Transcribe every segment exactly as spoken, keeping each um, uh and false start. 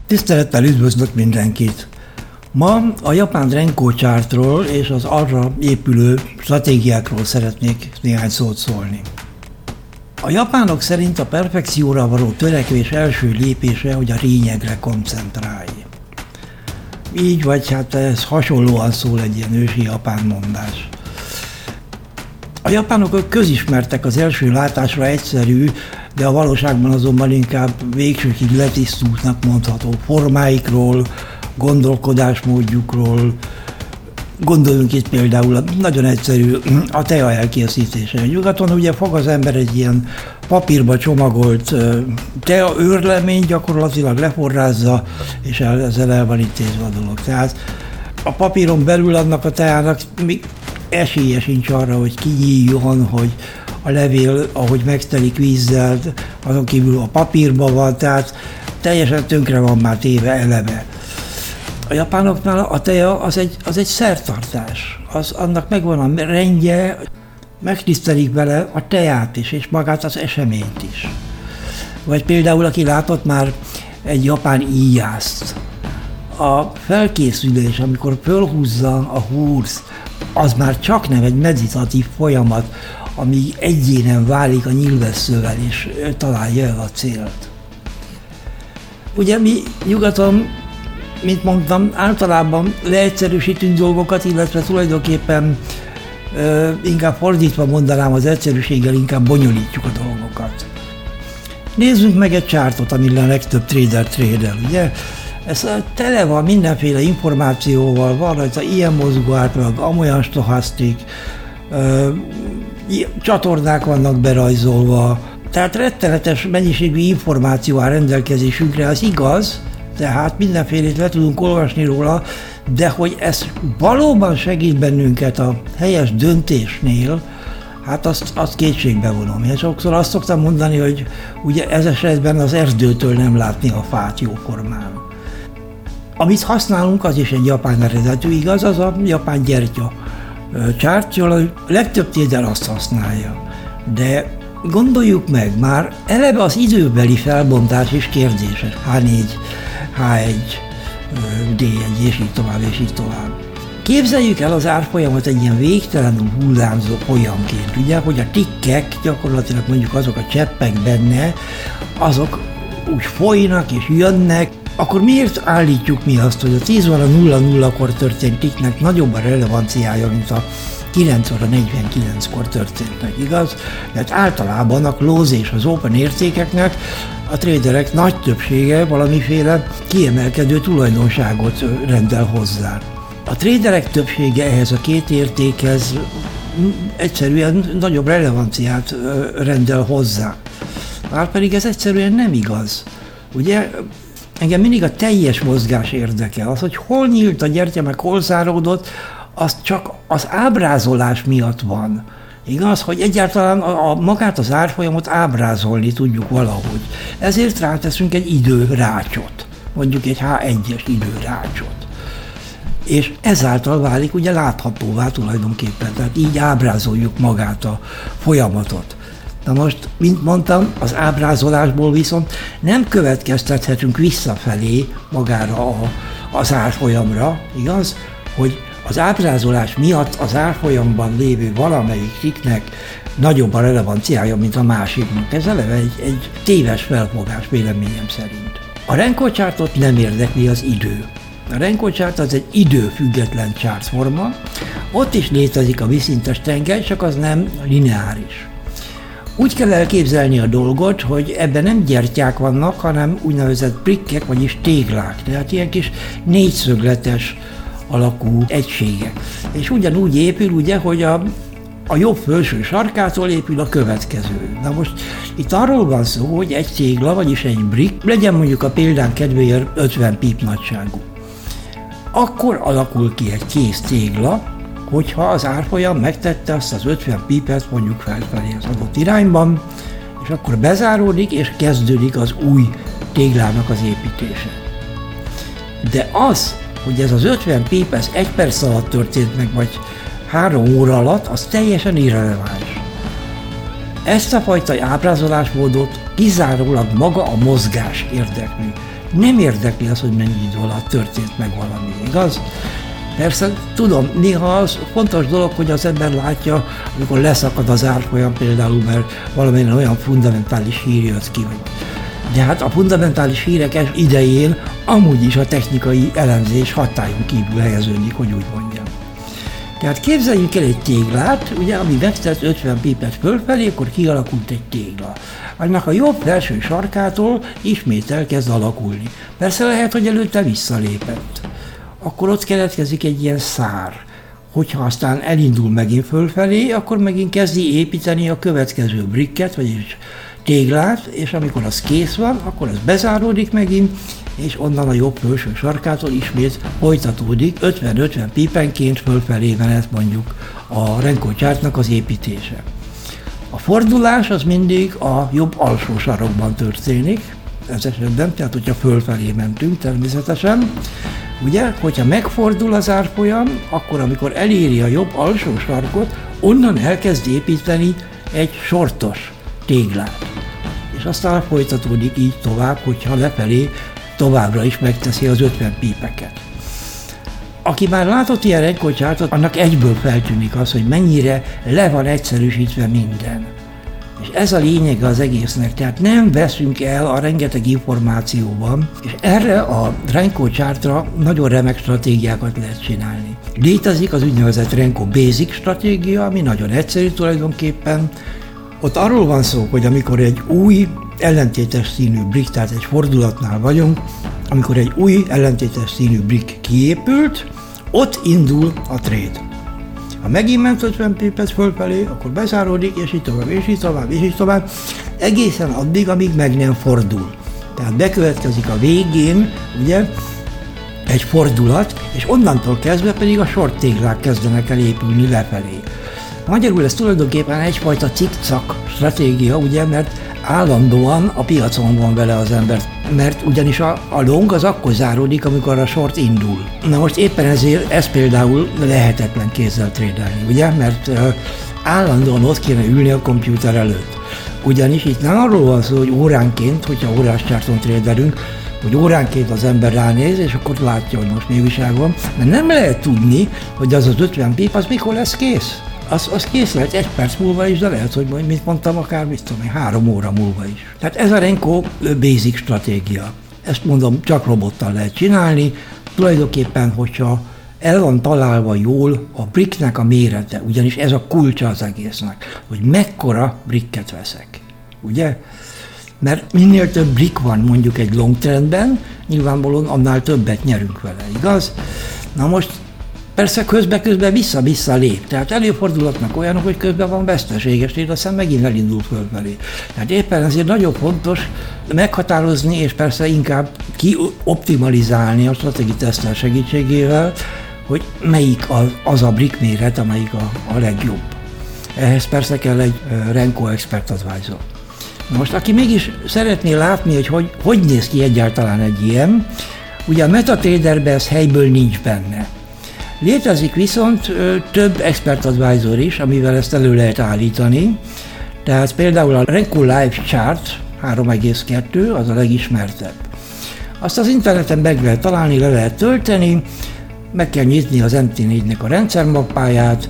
Tisztelettel üdvözlök mindenkit! Ma a japán Renko Chartról és az arra épülő stratégiákról szeretnék néhány szót szólni. A japánok szerint a perfekcióra való törekvés első lépése, hogy a lényegre koncentrálj. Így vagy hát ez hasonlóan szól egy ilyen ősi japán mondás. A japánok közismertek az első látásra egyszerű, de a valóságban azonban inkább végsőkig letisztultnak mondható formáikról, gondolkodásmódjukról. Gondoljunk itt például a nagyon egyszerű a tea elkészítése. Nyugaton ugye fog az ember egy ilyen papírba csomagolt tea őrlemény, gyakorlatilag leforrázza, és ezzel el van intézve a dolog. Tehát a papíron belül annak a teának még esélye sincs arra, hogy kinyíljon, hogy a levél, ahogy megtelik vízzel, azon kívül a papírban van, tehát teljesen tönkre van már téve eleve. A japánoknál a tea az egy, az egy szertartás, az, annak megvan a rendje, megtisztelik vele a teát is, és magát az eseményt is. Vagy például, aki látott már egy japán íjászt, a felkészülés, amikor fölhúzza a húrt, az már csak nem egy meditatív folyamat, amíg egyénen válik a nyilvesszővel, és találja el a célt. Ugye mi nyugaton, mint mondtam, általában leegyszerűsítünk dolgokat, illetve tulajdonképpen ö, inkább fordítva mondanám, az egyszerűséggel inkább bonyolítjuk a dolgokat. Nézzünk meg egy chartot, amire a legtöbb trader trédel, ugye? Ez tele van mindenféle információval, van rajta ilyen mozgó átlag, amolyan stochasztik, ö, csatornák vannak berajzolva, tehát rettenetes mennyiségű információ áll rendelkezésünkre, az igaz, tehát mindenfélét le tudunk olvasni róla, de hogy ez valóban segít bennünket a helyes döntésnél, hát azt, azt kétségbe vonom. Én sokszor azt szoktam mondani, hogy ugye ez esetben az erdőtől nem látni a fát jóformán. Amit használunk, az is egy japán eredetű, igaz, az a japán gyertya chart, a legtöbb trader azt használja. De gondoljuk meg, már eleve az időbeli felbontás is kérdéses. há négy, há egy, dé egy, és így tovább, és így tovább. Képzeljük el az árfolyamat egy ilyen végtelenül hullámzó folyamként, ugye, hogy a tikkek, gyakorlatilag mondjuk azok a cseppek benne, azok úgy folynak és jönnek. Akkor miért állítjuk mi azt, hogy a tíz óra nulla nullakor történt tikknek nagyobb a relevanciája, mint a kilenc óra negyvenkilenckor történtnek, igaz? Mert általában a close és az open értékeknek a traderek nagy többsége valamiféle kiemelkedő tulajdonságot rendel hozzá. A traderek többsége ehhez a két értékhez egyszerűen nagyobb relevanciát rendel hozzá. Márpedig ez egyszerűen nem igaz. Ugye engem mindig a teljes mozgás érdekel. Az, hogy hol nyílt a gyertya, meg hol záródott, az csak az ábrázolás miatt van. Igaz, hogy egyáltalán a, a magát az árfolyamot ábrázolni tudjuk valahogy. Ezért ráteszünk egy időrácsot, mondjuk egy há egyes időrácsot. És ezáltal válik ugye láthatóvá tulajdonképpen, tehát így ábrázoljuk magát a folyamatot. Na most, mint mondtam, az ábrázolásból viszont nem következtethetünk visszafelé magára a, az árfolyamra, igaz? Hogy az ábrázolás miatt az árfolyamban lévő valamelyik tikknek nagyobb a relevanciája, mint a másiknak. Ez eleve egy, egy téves felfogás véleményem szerint. A Renko Chartot nem érdekli az idő. A Renko Chart az egy időfüggetlen chartforma, ott is létezik a vízszintes tengely, csak az nem lineáris. Úgy kell elképzelni a dolgot, hogy ebben nem gyertyák vannak, hanem úgynevezett prikkek, vagyis téglák, tehát ilyen kis négyszögletes alakú egységek. És ugyanúgy épül, ugye, hogy a, a jobb felső sarkától épül a következő. Na most itt arról van szó, hogy egy tégla, vagyis egy brick, legyen mondjuk a példán kedvéért ötven pip nagyságú. Akkor alakul ki egy kész tégla, hogyha az árfolyam megtette azt az ötven pipet mondjuk felfelé az adott irányban, és akkor bezáródik, és kezdődik az új téglának az építése. De az, hogy ez az ötven pip, ez egy perc alatt történt meg, vagy három óra alatt, az teljesen irreleváns. Ezt a fajta ábrázolásmódot kizárólag maga a mozgás érdekli. Nem érdekli az, hogy mennyi idő alatt történt meg valami, igaz? Persze, tudom, néha az fontos dolog, hogy az ember látja, amikor leszakad az árfolyam például, mert valamilyen olyan fundamentális hír jött ki. De hát a fundamentális hírek idején amúgy is a technikai elemzés hatályon kívül helyeződik, hogy úgy mondjam. Tehát képzeljük el egy téglát, ugye, ami megtett ötven pipet fölfelé, akkor kialakult egy tégla. Annak a jobb felső sarkától ismét elkezd alakulni. Persze lehet, hogy előtte visszalépett. Akkor ott keletkezik egy ilyen szár. Hogyha aztán elindul megint fölfelé, akkor megint kezdi építeni a következő brikket, vagyis téglát, és amikor az kész van, akkor az bezáródik megint, és onnan a jobb felső sarkától ismét folytatódik ötven-ötven pipenként fölfelé menet mondjuk a Renko chartnak az építése. A fordulás az mindig a jobb alsó sarokban történik, ez esetben, tehát hogyha fölfelé mentünk természetesen. Ugye, hogyha megfordul az árfolyam, akkor amikor eléri a jobb alsó sarkot, onnan elkezd építeni egy sortos téglát. És aztán folytatódik így tovább, hogyha lefelé továbbra is megteszi az ötven pípeket. Aki már látott ilyen Renko chartot, annak egyből feltűnik az, hogy mennyire le van egyszerűsítve minden. És ez a lényege az egésznek, tehát nem veszünk el a rengeteg információban, és erre a Renko chartra nagyon remek stratégiákat lehet csinálni. Létezik az úgynevezett Renko Basic stratégia, ami nagyon egyszerű tulajdonképpen. Ott arról van szó, hogy amikor egy új ellentétes színű brick, tehát egy fordulatnál vagyunk, amikor egy új ellentétes színű brick kiépült, ott indul a trade. Ha megint ment ötven pipet fölfelé, akkor bezáródik, és így tovább, és így tovább, és így tovább, egészen addig, amíg meg nem fordul. Tehát bekövetkezik a végén, ugye, egy fordulat, és onnantól kezdve pedig a short téglák kezdenek el épülni lefelé. Magyarul ez tulajdonképpen egyfajta cikcak stratégia, ugye, mert állandóan a piacon van vele az ember, mert ugyanis a, a long az akkor záródik, amikor a short indul. Na most éppen ezért ez például lehetetlen kézzel trédelni, ugye, mert uh, állandóan ott kéne ülni a kompjúter előtt. Ugyanis itt nem arról van szó, hogy óránként, hogyha órás charton trédelünk, hogy óránként az ember ránéz, és akkor látja, hogy most mi újság van, mert nem lehet tudni, hogy az az ötven pip, az mikor lesz kész. Az, az kész lehet egy perc múlva is, de lehet, hogy mint mondtam, akár mit tudom én, három óra múlva is. Tehát ez a Renko Basic stratégia. Ezt mondom, csak robottal lehet csinálni. Tulajdonképpen, hogyha el van találva jól a bricknek a mérete, ugyanis ez a kulcsa az egésznek, hogy mekkora bricket veszek. Ugye? Mert minél több brick van mondjuk egy long trendben, nyilvánvalóan annál többet nyerünk vele, igaz? Na most persze közben-közben vissza-vissza lép, tehát előfordulatnak olyanok, hogy közben van veszteséges tét, aztán megint elindul fölfelé. Tehát éppen ezért nagyon fontos meghatározni, és persze inkább kioptimalizálni a stratégiai tesztel segítségével, hogy melyik az, az a brick méret, amelyik a, a legjobb. Ehhez persze kell egy Renko Expert Advisor. Most aki mégis szeretné látni, hogy, hogy hogy néz ki egyáltalán egy ilyen, ugye a MetaTraderben ez helyből nincs benne. Létezik viszont ö, több Expert Advisor is, amivel ezt elő lehet állítani. Tehát például a Renko Live Chart három egész kettő, az a legismertebb. Azt az interneten meg lehet találni, le lehet tölteni, meg kell nyitni az em té négynek a rendszermappáját,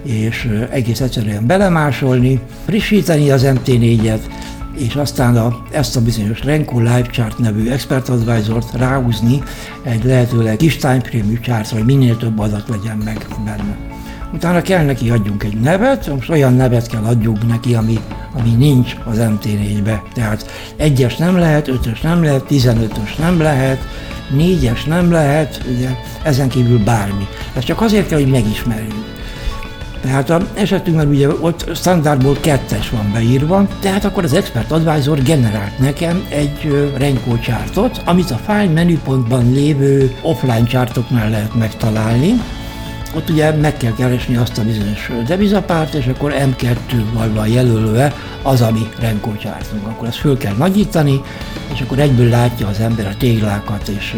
és ö, egész egyszerűen belemásolni, frissíteni az em té négyet, és aztán a, ezt a bizonyos Renko Live Chart nevű Expert Advisort ráhúzni egy lehetőleg kis timeframe-ű chartra, hogy minél több adat legyen meg benne. Utána kell neki adjunk egy nevet, most olyan nevet kell adjunk neki, ami, ami nincs az em té négybe. Tehát egyes nem lehet, ötös nem lehet, tizenötös nem lehet, négyes nem lehet, ugye ezen kívül bármi. Ez csak azért kell, hogy megismerjük. Tehát az esetünkben ugye ott standardból kettes van beírva, tehát akkor az Expert Advisor generált nekem egy Renko chartot, amit a Find menüpontban lévő offline chartoknál lehet megtalálni. Ott ugye meg kell keresni azt a bizonyos devizapárt, és akkor em kettővel van jelölve az, ami Renko chartunk. Akkor ezt föl kell nagyítani, és akkor egyből látja az ember a téglákat, és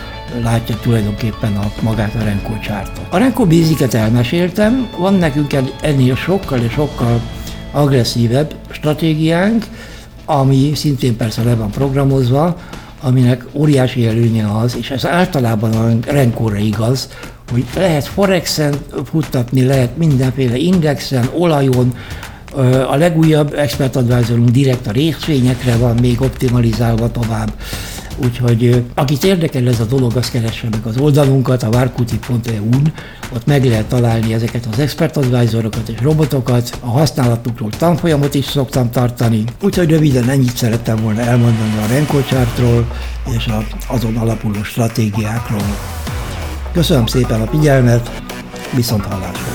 látja tulajdonképpen a, magát a Renko chartot. A Renko Basic-et elmeséltem, van nekünk ennél sokkal és sokkal agresszívebb stratégiánk, ami szintén persze le van programozva, aminek óriási előnye az, és ez általában a Renkorra igaz, hogy lehet Forexen futtatni, lehet mindenféle indexen, olajon, a legújabb Expert Advisorunk direkt a részvényekre van még optimalizálva tovább. Úgyhogy akit érdekel ez a dolog, az keresse meg az oldalunkat, a várkuti pont e u-n, ott meg lehet találni ezeket az Expert Advisorokat és robotokat, a használatukról tanfolyamot is szoktam tartani. Úgyhogy röviden ennyit szerettem volna elmondani a Renko Chartról és azon alapuló stratégiákról. Köszönöm szépen a figyelmet, viszont hallásra!